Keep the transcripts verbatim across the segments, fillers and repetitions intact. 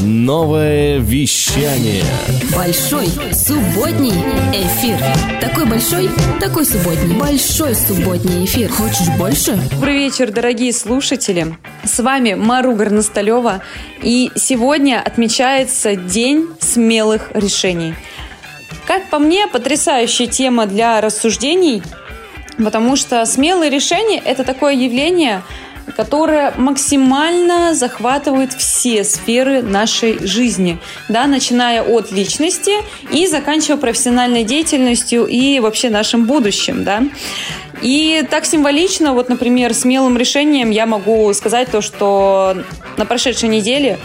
Новое вещание. Большой субботний эфир. Такой большой, такой субботний. Большой субботний эфир. Хочешь больше? Добрый вечер, дорогие слушатели. С вами Мару Горносталева. И сегодня отмечается День смелых решений. Как по мне, потрясающая тема для рассуждений, потому что смелые решения – это такое явление, которое максимально захватывает все сферы нашей жизни, да, начиная от личности и заканчивая профессиональной деятельностью и вообще нашим будущим, да. И так символично, вот, например, смелым решением я могу сказать то, что на прошедшей неделе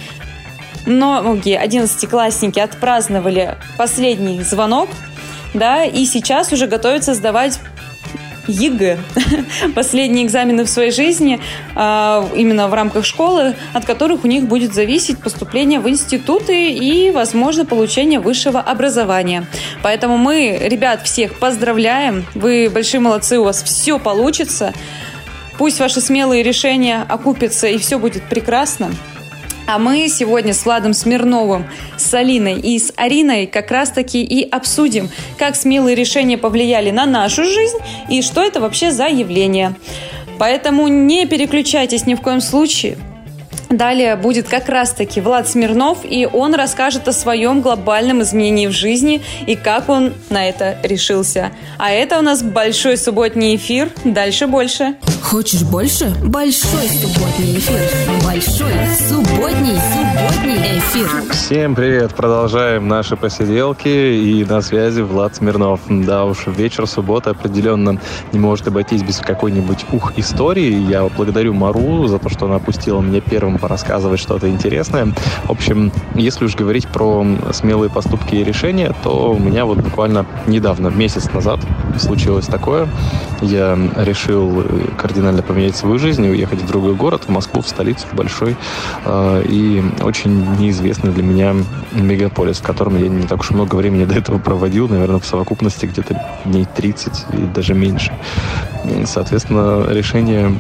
многие одиннадцатиклассники отпраздновали последний звонок, да, и сейчас уже готовятся сдавать ЕГЭ, последние экзамены в своей жизни, именно в рамках школы, от которых у них будет зависеть поступление в институты и, возможно, получение высшего образования. Поэтому мы, ребят, всех поздравляем. Вы большие молодцы, у вас все получится. Пусть ваши смелые решения окупятся, и все будет прекрасно. А мы сегодня с Владом Смирновым, с Алиной и с Ариной как раз-таки и обсудим, как смелые решения повлияли на нашу жизнь и что это вообще за явление. Поэтому не переключайтесь ни в коем случае. Далее будет как раз-таки Влад Смирнов, и он расскажет о своем глобальном изменении в жизни и как он на это решился. А это у нас большой субботний эфир. Дальше больше. Хочешь больше? Большой субботний эфир. Большой субботний, субботний эфир. Всем привет! Продолжаем наши посиделки, и на связи Влад Смирнов. Да уж, вечер субботы определенно не может обойтись без какой-нибудь ух истории. Я благодарю Мару за то, что она опустила меня первым порассказывать что-то интересное. В общем, если уж говорить про смелые поступки и решения, то у меня вот буквально недавно, месяц назад, случилось такое. Я решил кардинально поменять свою жизнь и уехать в другой город, в Москву, в столицу, в большой э, и очень неизвестный для меня мегаполис, в котором я не так уж много времени до этого проводил, наверное, в совокупности где-то дней тридцать и даже меньше. Соответственно, решение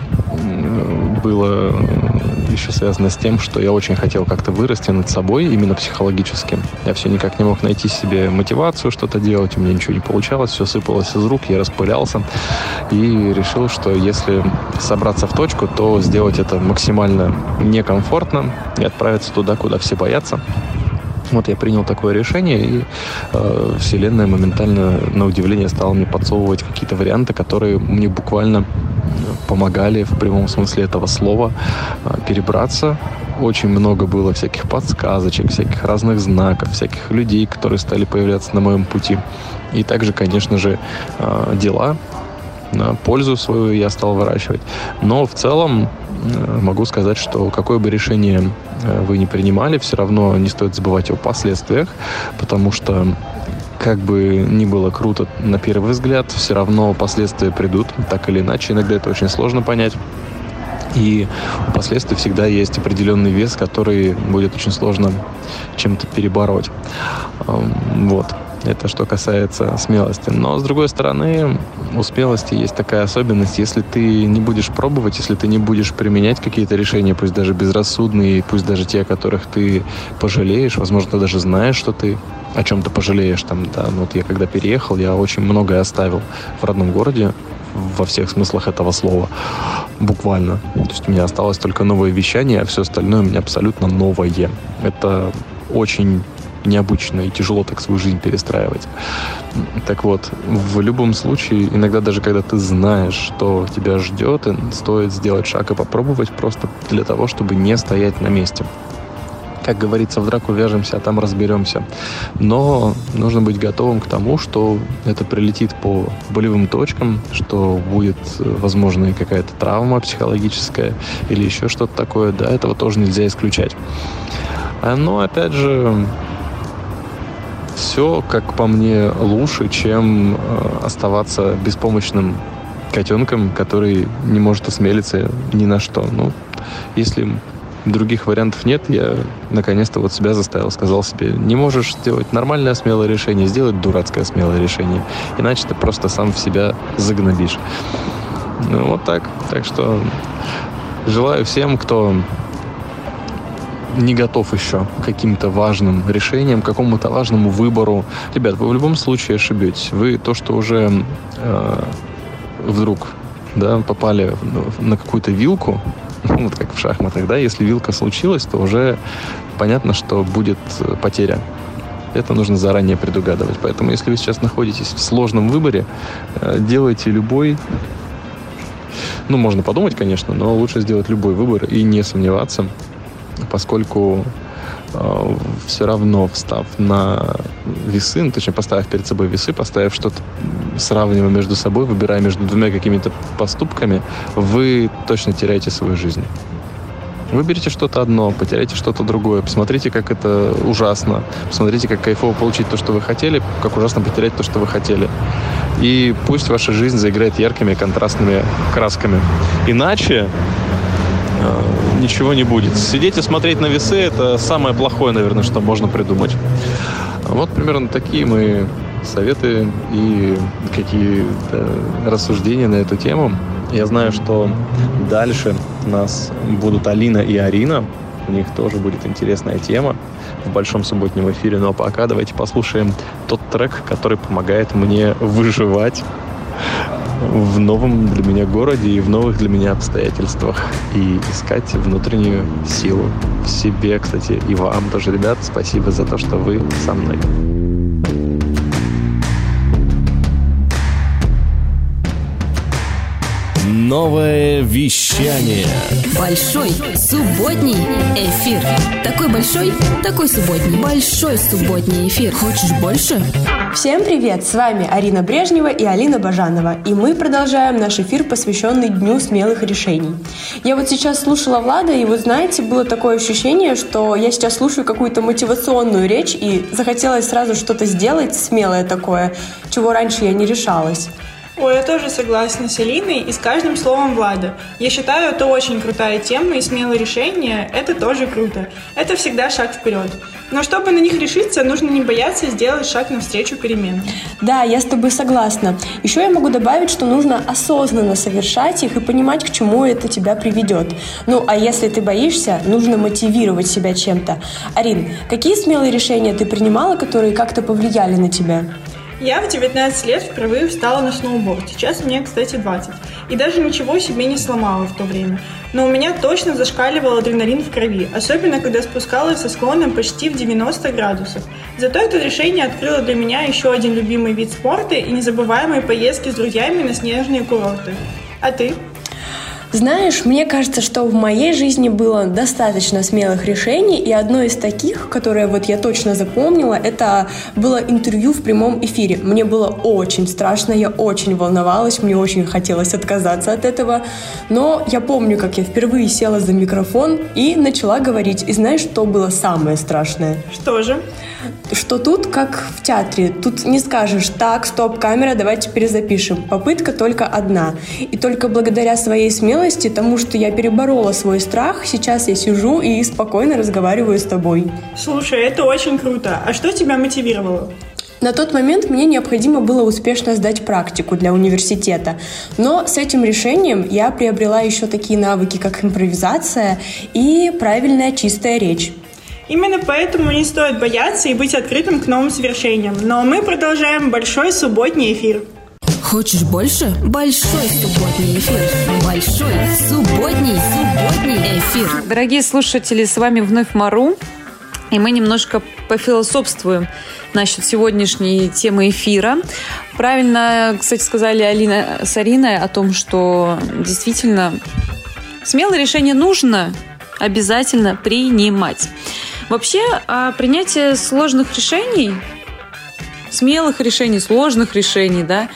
было еще связано с тем, что я очень хотел как-то вырасти над собой, именно психологически. Я все никак не мог найти себе мотивацию что-то делать, у меня ничего не получалось, все сыпалось из рук, я распылялся. И решил, что если собраться в точку, то сделать это максимально некомфортно и отправиться туда, куда все боятся. Вот я принял такое решение, и э, Вселенная моментально, на удивление, стала мне подсовывать какие-то варианты, которые мне буквально помогали в прямом смысле этого слова э, перебраться. Очень много было всяких подсказочек, всяких разных знаков, всяких людей, которые стали появляться на моем пути. И также, конечно же, э, дела, на пользу свою я стал выращивать. Но в целом могу сказать, что какое бы решение вы ни принимали, все равно не стоит забывать о последствиях, потому что как бы ни было круто на первый взгляд, все равно последствия придут, так или иначе. Иногда это очень сложно понять. И у последствий всегда есть определенный вес, который будет очень сложно чем-то перебороть. Вот. Это что касается смелости. Но, с другой стороны, у смелости есть такая особенность. Если ты не будешь пробовать, если ты не будешь применять какие-то решения, пусть даже безрассудные, пусть даже те, о которых ты пожалеешь, возможно, ты даже знаешь, что ты о чем-то пожалеешь. Там, да, ну, вот я когда переехал, я очень многое оставил в родном городе, во всех смыслах этого слова. Буквально. То есть у меня осталось только новое вещание, а все остальное у меня абсолютно новое. Это очень необычно и тяжело так свою жизнь перестраивать. Так вот, в любом случае, иногда даже когда ты знаешь, что тебя ждет, стоит сделать шаг и попробовать просто для того, чтобы не стоять на месте. Как говорится, в драку вяжемся, а там разберемся. Но нужно быть готовым к тому, что это прилетит по болевым точкам, что будет, возможно, и какая-то травма психологическая или еще что-то такое. Да, этого тоже нельзя исключать. Но, опять же, все, как по мне, лучше, чем оставаться беспомощным котенком, который не может осмелиться ни на что. Ну, если других вариантов нет, я наконец-то вот себя заставил, сказал себе, не можешь сделать нормальное смелое решение, сделай дурацкое смелое решение, иначе ты просто сам в себя загнобишь. Ну, вот так. Так что желаю всем, кто не готов еще к каким-то важным решениям, к какому-то важному выбору, ребят, вы в любом случае ошибетесь. Вы то, что уже э, вдруг, да, попали на какую-то вилку, вот как в шахматах, да, если вилка случилась, то уже понятно, что будет потеря. Это нужно заранее предугадывать. Поэтому, если вы сейчас находитесь в сложном выборе, делайте любой. Ну, можно подумать, конечно, но лучше сделать любой выбор и не сомневаться, поскольку э, все равно, встав на весы, ну, точнее, поставив перед собой весы, поставив что-то, сравнивая между собой, выбирая между двумя какими-то поступками, вы точно теряете свою жизнь. Выберите что-то одно, потеряйте что-то другое. Посмотрите, как это ужасно. Посмотрите, как кайфово получить то, что вы хотели, как ужасно потерять то, что вы хотели. И пусть ваша жизнь заиграет яркими контрастными красками. Иначе э, ничего не будет. Сидеть и смотреть на весы – это самое плохое, наверное, что можно придумать. Вот примерно такие мы советы и какие-то рассуждения на эту тему. Я знаю, что дальше у нас будут Алина и Арина. У них тоже будет интересная тема в большом субботнем эфире. Но пока давайте послушаем тот трек, который помогает мне выживать в новом для меня городе и в новых для меня обстоятельствах. И искать внутреннюю силу в себе, кстати, и вам тоже, ребят. Спасибо за то, что вы со мной. Новое вещание. Большой субботний эфир. Такой большой, такой субботний. Большой субботний эфир. Хочешь больше? Всем привет! С вами Арина Брежнева и Алина Бажанова. И мы продолжаем наш эфир, посвященный Дню смелых решений. Я вот сейчас слушала Влада, и вот знаете, было такое ощущение, что я сейчас слушаю какую-то мотивационную речь, и захотелось сразу что-то сделать смелое такое, чего раньше я не решалась. Ой, я тоже согласна с Алиной и с каждым словом Влада. Я считаю, это очень крутая тема, и смелые решения – это тоже круто. Это всегда шаг вперед. Но чтобы на них решиться, нужно не бояться сделать шаг навстречу переменам. Да, я с тобой согласна. Еще я могу добавить, что нужно осознанно совершать их и понимать, к чему это тебя приведет. Ну, а если ты боишься, нужно мотивировать себя чем-то. Арин, какие смелые решения ты принимала, которые как-то повлияли на тебя? Я в девятнадцать лет впервые встала на сноуборд. Сейчас мне, кстати, двадцать. И даже ничего себе не сломала в то время. Но у меня точно зашкаливал адреналин в крови, особенно когда спускалась со склоном почти в девяносто градусов. Зато это решение открыло для меня еще один любимый вид спорта и незабываемые поездки с друзьями на снежные курорты. А ты? Знаешь, мне кажется, что в моей жизни было достаточно смелых решений, и одно из таких, которое вот я точно запомнила, это было интервью в прямом эфире. Мне было очень страшно, я очень волновалась, мне очень хотелось отказаться от этого, но я помню, как я впервые села за микрофон и начала говорить. И знаешь, что было самое страшное? Что же? Что тут, как в театре, тут не скажешь: так, стоп, камера, давайте перезапишем. Попытка только одна. И только благодаря своей смелости, тому, что я переборола свой страх, сейчас я сижу и спокойно разговариваю с тобой. Слушай, это очень круто. А что тебя мотивировало? На тот момент мне необходимо было успешно сдать практику для университета. Но с этим решением я приобрела еще такие навыки, как импровизация и правильная чистая речь. Именно поэтому не стоит бояться и быть открытым к новым свершениям. Но мы продолжаем большой субботний эфир. Хочешь больше? Большой субботний эфир. Большой субботний, субботний эфир. Дорогие слушатели, с вами вновь Мару. И мы немножко пофилософствуем насчет сегодняшней темы эфира. Правильно, кстати, сказали Алина с Ариной о том, что действительно смелое решение нужно обязательно принимать. Вообще, принятие сложных решений, смелых решений, сложных решений, да,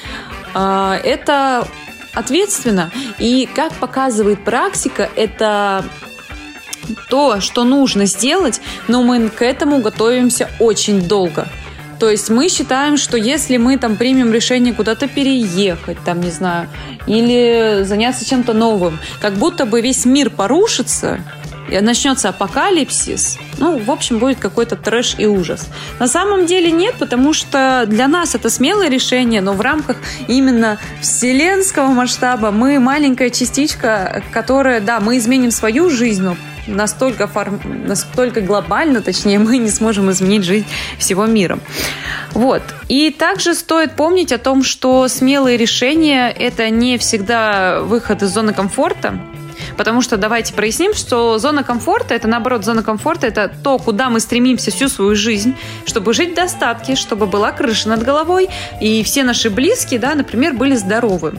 это ответственно. И, как показывает практика, это то, что нужно сделать, но мы к этому готовимся очень долго. То есть мы считаем, что если мы там примем решение куда-то переехать, там, не знаю, или заняться чем-то новым, как будто бы весь мир порушится, и начнется апокалипсис, ну, в общем, будет какой-то трэш и ужас. На самом деле нет, потому что для нас это смелое решение, но в рамках именно вселенского масштаба мы маленькая частичка, которая, да, мы изменим свою жизнь, но настолько, фор... настолько глобально, точнее, мы не сможем изменить жизнь всего мира. Вот. И также стоит помнить о том, что смелые решения – это не всегда выход из зоны комфорта. Потому что давайте проясним, что зона комфорта – это, наоборот, зона комфорта – это то, куда мы стремимся всю свою жизнь, чтобы жить в достатке, чтобы была крыша над головой, и все наши близкие, да, например, были здоровы.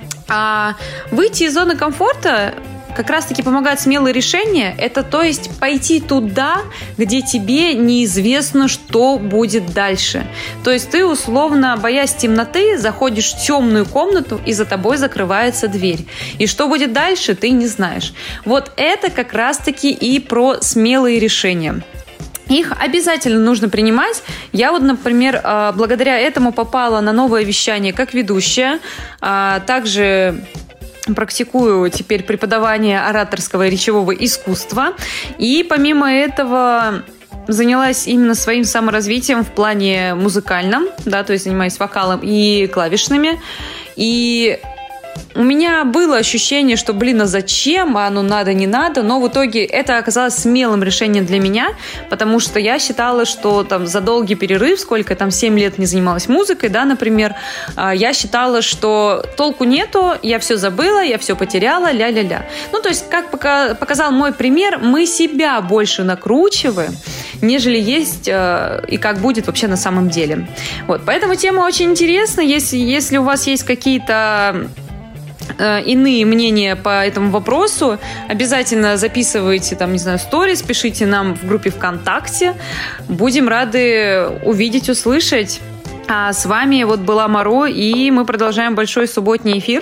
А выйти из зоны комфорта как раз-таки помогают смелые решения. Это, то есть, пойти туда, где тебе неизвестно, что будет дальше. То есть ты, условно, боясь темноты, заходишь в темную комнату, и за тобой закрывается дверь. И что будет дальше, ты не знаешь. Вот это как раз-таки и про смелые решения. Их обязательно нужно принимать. Я вот, например, благодаря этому попала на новое вещание как ведущая. Также практикую теперь преподавание ораторского и речевого искусства. И помимо этого занялась именно своим саморазвитием в плане музыкальном, да, то есть занимаюсь вокалом и клавишными. И у меня было ощущение, что, блин, а зачем, а ну надо, не надо, но в итоге это оказалось смелым решением для меня, потому что я считала, что там за долгий перерыв, сколько там, семь лет не занималась музыкой, да, например, я считала, что толку нету, я все забыла, я все потеряла, ля-ля-ля. Ну, то есть, как показал мой пример, мы себя больше накручиваем, нежели есть и как будет вообще на самом деле. Вот, поэтому тема очень интересна, если, если у вас есть какие-то иные мнения по этому вопросу, обязательно записывайте, там, не знаю, сторис, пишите нам в группе ВКонтакте. Будем рады увидеть, услышать. А с вами вот была Мару, и мы продолжаем большой субботний эфир.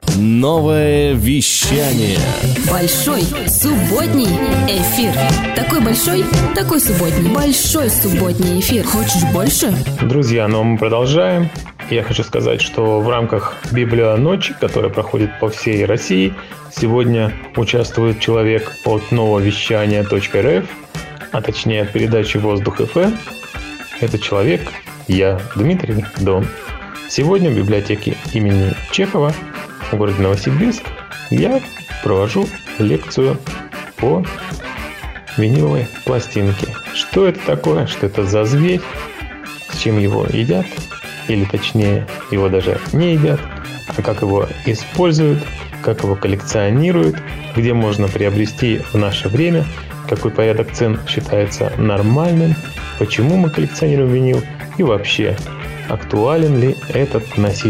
Новое вещание. Большой субботний эфир. Такой большой, такой субботний. Большой субботний эфир. Хочешь больше? Друзья, ну мы продолжаем. Я хочу сказать, что в рамках Библионочи, которая проходит по всей России, сегодня участвует человек от нововещания точка эр эф, а точнее от передачи «Воздух эф эм». Это человек, я, Дмитрий Дон. Сегодня в библиотеке имени Чехова в городе Новосибирск я провожу лекцию по виниловой пластинке. Что это такое, что это за зверь, с чем его едят, или точнее его даже не едят, а как его используют, как его коллекционируют, где можно приобрести в наше время, какой порядок цен считается нормальным, почему мы коллекционируем винил и вообще, актуален ли этот носитель.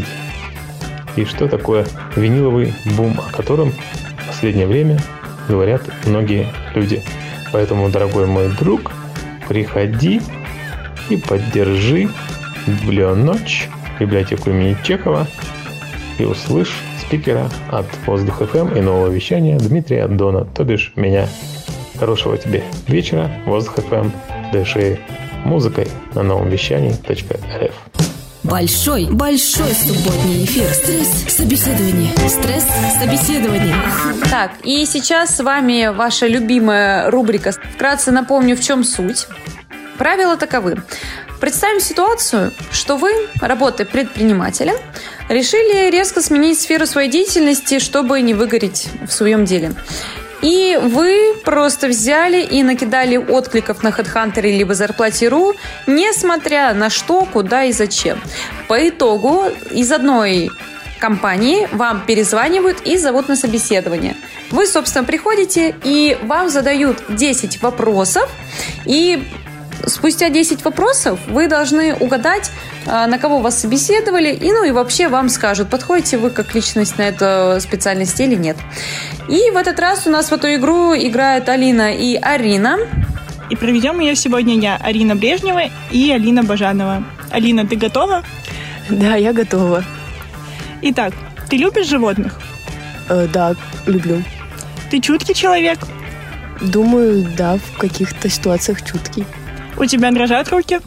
И что такое виниловый бум, о котором в последнее время говорят многие люди. Поэтому, дорогой мой друг, приходи и поддержи Библионочь, библиотеку имени Чехова, и услышь спикера от «Воздух эф эм» и нового вещания Дмитрия Дона, то бишь меня. Хорошего тебе вечера, «Воздух эф эм», дыши музыкой на новом вещании точка эр эф. Большой, большой субботний эфир. Стресс, собеседование. Стресс, собеседование. Так, и сейчас с вами ваша любимая рубрика. Вкратце напомню, в чем суть. Правила таковы. Представим ситуацию, что вы, работая предпринимателем, решили резко сменить сферу своей деятельности, чтобы не выгореть в своем деле. И вы просто взяли и накидали откликов на HeadHunter либо зарплате точка ру, несмотря на что, куда и зачем. По итогу из одной компании вам перезванивают и зовут на собеседование. Вы, собственно, приходите, и вам задают десять вопросов, и спустя десять вопросов вы должны угадать, на кого вас собеседовали, и ну и вообще вам скажут, подходите вы как личность на эту специальность или нет. И в этот раз у нас в эту игру играют Алина и Арина. И проведем ее сегодня я, Арина Брежнева и Алина Бажанова. Алина, ты готова? Да, я готова. Итак, ты любишь животных? Э, да, люблю. Ты чуткий человек? Думаю, да, в каких-то ситуациях чуткий. У тебя дрожат руки?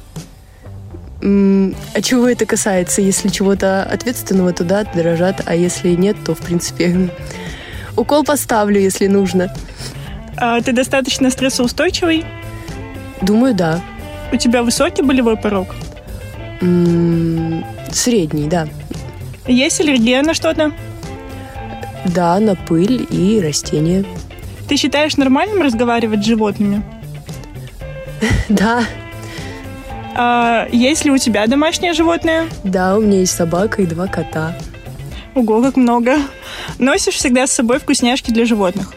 М-м, а чего это касается? Если чего-то ответственного, то да, дрожат, а если нет, то, в принципе, укол поставлю, если нужно. А ты достаточно стрессоустойчивый? Думаю, да. У тебя высокий болевой порог? М-м, средний, да. Есть аллергия на что-то? Да, на пыль и растения. Ты считаешь нормальным разговаривать с животными? Да. А есть ли у тебя домашнее животное? Да, у меня есть собака и два кота. Ого, как много. Носишь всегда с собой вкусняшки для животных?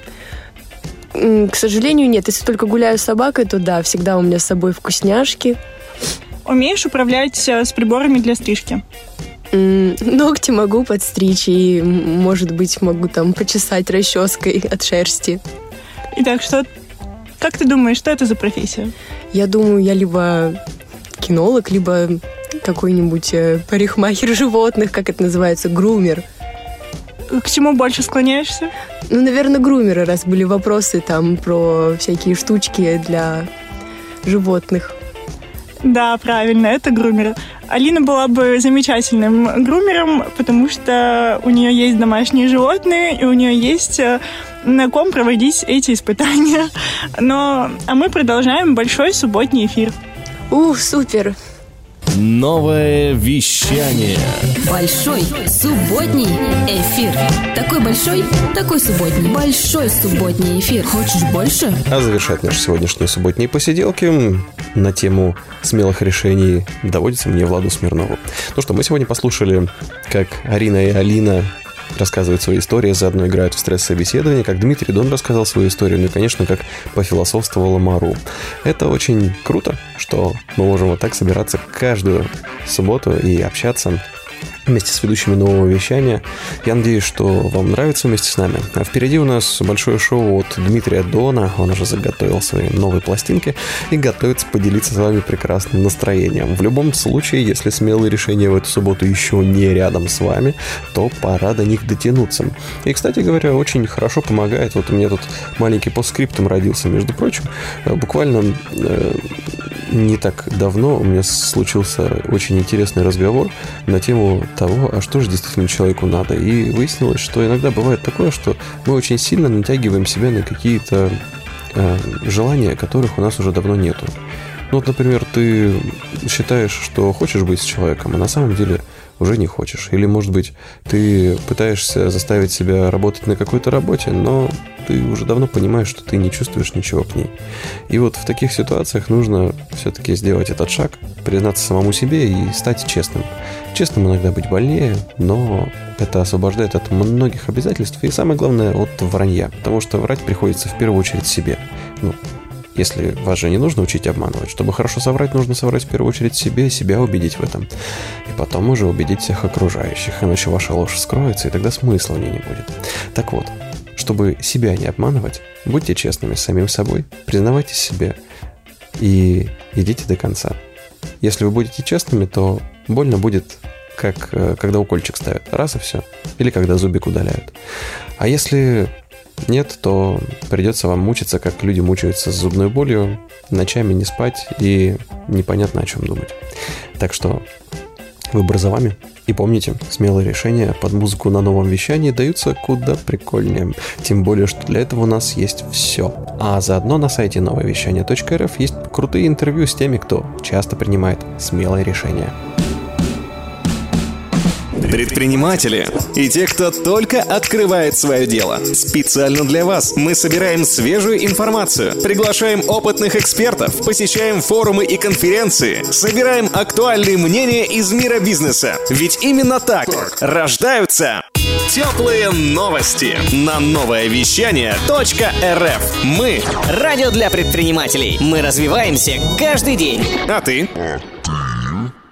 К сожалению, нет. Если только гуляю с собакой, то да, всегда у меня с собой вкусняшки. Умеешь управлять с приборами для стрижки? Ногти могу подстричь и, может быть, могу там почесать расческой от шерсти. Итак, что... Как ты думаешь, что это за профессия? Я думаю, я либо кинолог, либо какой-нибудь парикмахер животных, как это называется, грумер. К чему больше склоняешься? Ну, наверное, грумеры, раз были вопросы там про всякие штучки для животных. Да, правильно, это грумер. Алина была бы замечательным грумером, потому что у нее есть домашние животные, и у нее есть на ком проводить эти испытания. Но, а мы продолжаем большой субботний эфир. Ух, супер! Новое вещание. Большой субботний эфир. Такой большой, такой субботний. Большой субботний эфир. Хочешь больше? А завершать наши сегодняшние субботние посиделки на тему смелых решений доводится мне Владу Смирнову. Ну что, мы сегодня послушали, как Арина и Алина рассказывают свои истории, заодно играют в стресс-собеседование, как Дмитрий Дон рассказал свою историю, ну и, конечно, как пофилософствовала Мару. Это очень круто, что мы можем вот так собираться каждую субботу и общаться вместе с ведущими нового вещания. Я надеюсь, что вам нравится вместе с нами. А впереди у нас большое шоу от Дмитрия Дона. Он уже заготовил свои новые пластинки и готовится поделиться с вами прекрасным настроением. В любом случае, если смелые решения в эту субботу еще не рядом с вами, то пора до них дотянуться. И, кстати говоря, очень хорошо помогает. Вот у меня тут маленький постскриптум родился, между прочим. Буквально э, не так давно у меня случился очень интересный разговор на тему того, а что же действительно человеку надо. И выяснилось, что иногда бывает такое, что мы очень сильно натягиваем себя на какие-то э, желания, которых у нас уже давно нету. Ну вот, например, ты считаешь, что хочешь быть с человеком, а на самом деле уже не хочешь. Или, может быть, ты пытаешься заставить себя работать на какой-то работе, но ты уже давно понимаешь, что ты не чувствуешь ничего к ней. И вот в таких ситуациях нужно все-таки сделать этот шаг, признаться самому себе и стать честным. Честным иногда быть больнее, но это освобождает от многих обязательств и, самое главное, от вранья. Потому что врать приходится в первую очередь себе. Ну, если вас же не нужно учить обманывать. Чтобы хорошо соврать, нужно соврать в первую очередь себе, себя убедить в этом. И потом уже убедить всех окружающих. Иначе ваша ложь скроется, и тогда смысла в ней не будет. Так вот, чтобы себя не обманывать, будьте честными с самим собой, признавайте себе и идите до конца. Если вы будете честными, то больно будет, как когда укольчик ставят. Раз и все. Или когда зубик удаляют. А если нет, то придется вам мучиться, как люди мучаются с зубной болью, ночами не спать и непонятно о чем думать. Так что выбор за вами. И помните, смелые решения под музыку на новом вещании даются куда прикольнее. Тем более, что для этого у нас есть все. А заодно на сайте новое вещание точка эр эф есть крутые интервью с теми, кто часто принимает смелые решения. Предприниматели и те, кто только открывает свое дело. Специально для вас мы собираем свежую информацию, приглашаем опытных экспертов, посещаем форумы и конференции, собираем актуальные мнения из мира бизнеса. Ведь именно так рождаются теплые новости на новое вещание точка эр эф. Мы — радио для предпринимателей. Мы развиваемся каждый день. А ты? А ты?